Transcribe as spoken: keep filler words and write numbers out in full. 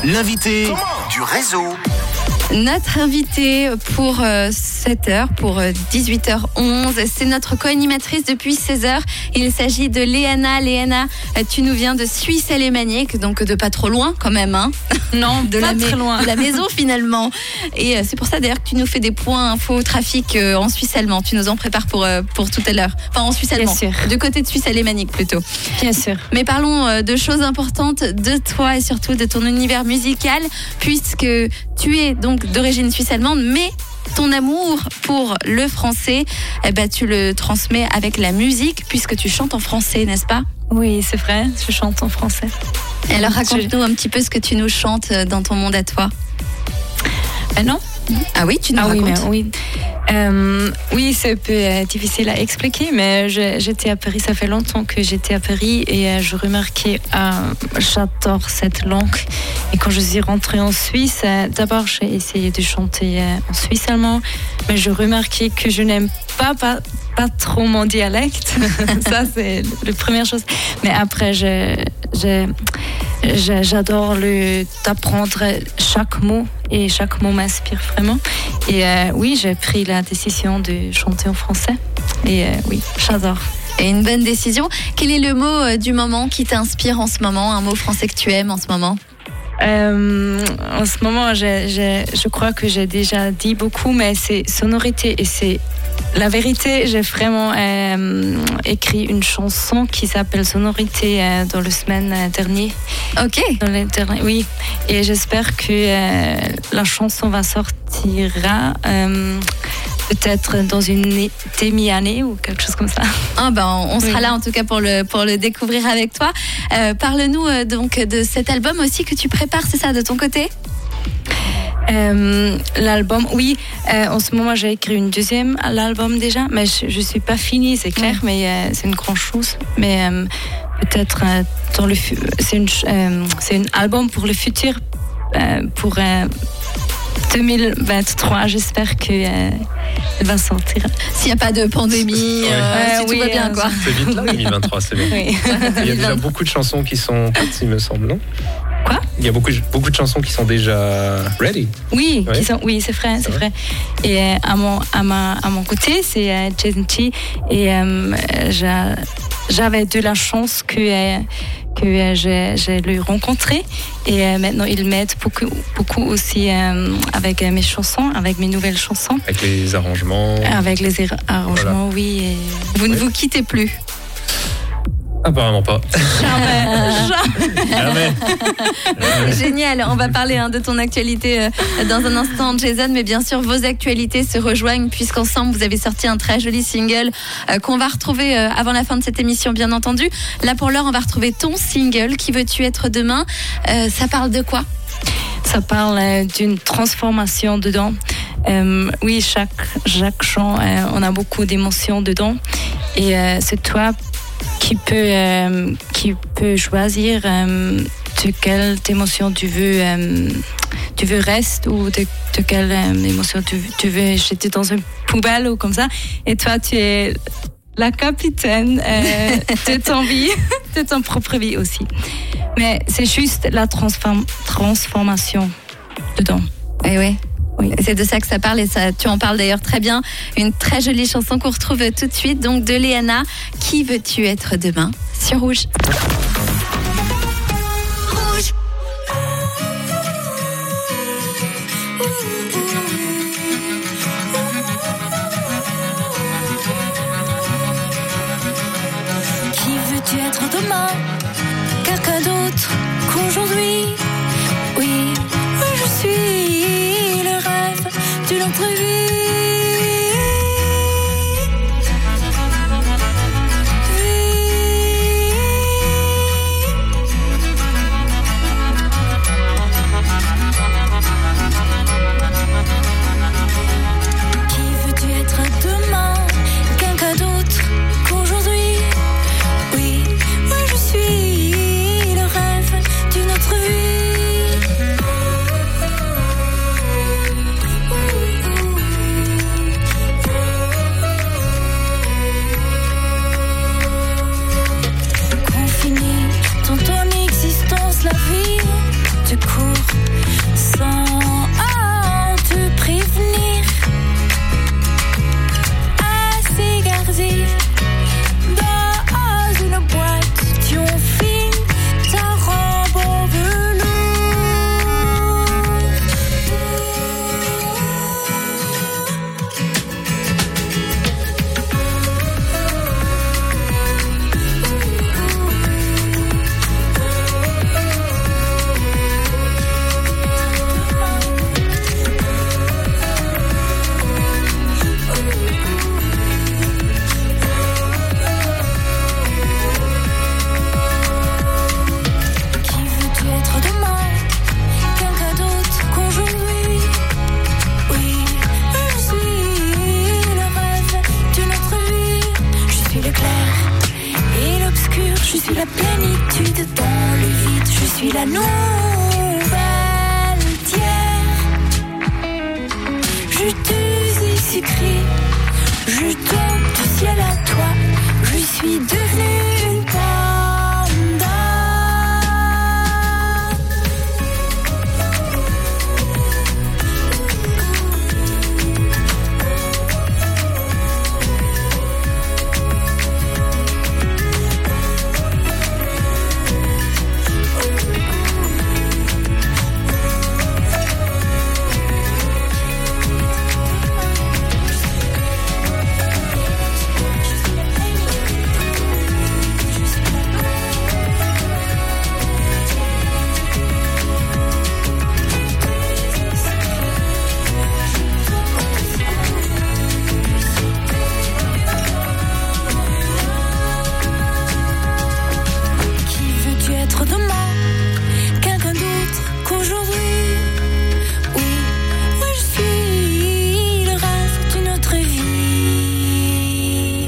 L'invité du réseau. Notre invitée pour euh, sept heures, pour euh, dix-huit heures onze, c'est notre co-animatrice depuis seize heures. Il s'agit de Léana. Léana, euh, tu nous viens de Suisse alémanique, donc de pas trop loin quand même. Hein non, de pas la très loin. De la maison finalement. Et euh, c'est pour ça d'ailleurs que tu nous fais des points info trafic euh, en Suisse allemand. Tu nous en prépares pour, euh, pour tout à l'heure. Enfin en Suisse allemand. Bien sûr. Du côté de Suisse alémanique plutôt. Bien sûr. Mais parlons euh, de choses importantes de toi et surtout de ton univers musical, puisque tu es donc d'origine suisse-allemande, mais ton amour pour le français, eh ben, tu le transmets avec la musique, puisque tu chantes en français, n'est-ce pas ? Oui, c'est vrai, je chante en français. Et alors raconte-nous un petit peu ce que tu nous chantes dans ton monde à toi. Ben non. Ah oui, tu nous ah racontes. Oui, oui. Euh, oui, c'est un peu euh, difficile à expliquer, mais je, j'étais à Paris, ça fait longtemps que j'étais à Paris et euh, je remarquais, euh, j'adore cette langue. Et quand je suis rentrée en Suisse, euh, d'abord j'ai essayé de chanter euh, en suisse allemand, mais je remarquais que je n'aime pas, pas, pas trop mon dialecte. Ça, c'est la première chose. Mais après, je, je, je, j'adore le, d'apprendre chaque mot. Et chaque mot m'inspire vraiment. Et euh, oui, j'ai pris la décision de chanter en français. Et euh, oui, j'adore. Et une bonne décision. Quel est le mot euh, du moment qui t'inspire en ce moment ? Un mot français que tu aimes en ce moment ? euh, En ce moment, j'ai, j'ai, je crois que j'ai déjà dit beaucoup, mais c'est sonorité. Et c'est la vérité, j'ai vraiment euh, écrit une chanson qui s'appelle Sonorité euh, dans la semaine dernière. Ok. Dans les derniers, oui. Et j'espère que euh, la chanson va sortir euh, peut-être dans une demi-année ou quelque chose comme ça. Ah ben, on sera oui. là en tout cas pour le, pour le découvrir avec toi. Euh, parle-nous euh, donc de cet album aussi que tu prépares, c'est ça, de ton côté ? Euh, l'album, oui, euh, en ce moment j'ai écrit une deuxième l'album déjà, mais je ne suis pas finie, c'est clair, mmh. mais euh, c'est une grande chose. Mais euh, peut-être euh, dans le c'est une euh, c'est un album pour le futur, euh, pour euh, deux mille vingt-trois. J'espère que euh, elle va sortir. S'il n'y a pas de pandémie, ouais. euh, ouais, si tout oui, va bien, quoi. C'est vite là, deux mille vingt-trois, c'est bien. Oui. Il y a déjà beaucoup de chansons qui sont parties, il me semble, non ? Quoi ? Il y a beaucoup, beaucoup de chansons qui sont déjà ready. Oui, ouais. qui sont, oui, c'est vrai, c'est, c'est vrai. vrai. Et euh, à mon, à ma, à mon côté, c'est euh, Jason T. Et euh, j'a, j'avais de la chance que euh, que euh, j'ai, j'ai le rencontré. Et euh, maintenant, il m'aide beaucoup, beaucoup aussi euh, avec euh, mes chansons, avec mes nouvelles chansons. Avec les arrangements. Avec les er- arrangements, voilà. Oui. Et... Vous ouais. ne vous quittez plus ? Apparemment pas. Jamais. Jamais. Jamais. Génial. On va parler hein, de ton actualité euh, dans un instant, Jason. Mais bien sûr, vos actualités se rejoignent puisqu'ensemble, vous avez sorti un très joli single euh, qu'on va retrouver euh, avant la fin de cette émission, bien entendu. Là, pour l'heure, on va retrouver ton single. Qui veux-tu être demain ? euh, Ça parle de quoi ? Ça parle euh, d'une transformation dedans. Euh, oui, chaque, chaque chant, euh, on a beaucoup d'émotions dedans. Et euh, c'est toi qui peut, euh, qui peut choisir euh, de quelle émotion tu veux, euh, tu veux rester ou de, de quelle euh, émotion tu, tu veux jeter dans une poubelle ou comme ça. Et toi, tu es la capitaine euh, de ton vie, de ton propre vie aussi. Mais c'est juste la transform- transformation dedans. Eh oui. Oui, c'est de ça que ça parle et ça, tu en parles d'ailleurs très bien. Une très jolie chanson qu'on retrouve tout de suite, donc de Léana. Qui veux-tu être demain sur Rouge ? Rouge. Qui veux-tu être demain ? Quelqu'un d'autre qu'aujourd'hui ? Oui, je suis le rêve d'une autre vie. Vie. juteux et sucré. Je tombe du ciel à toi. Je suis devenue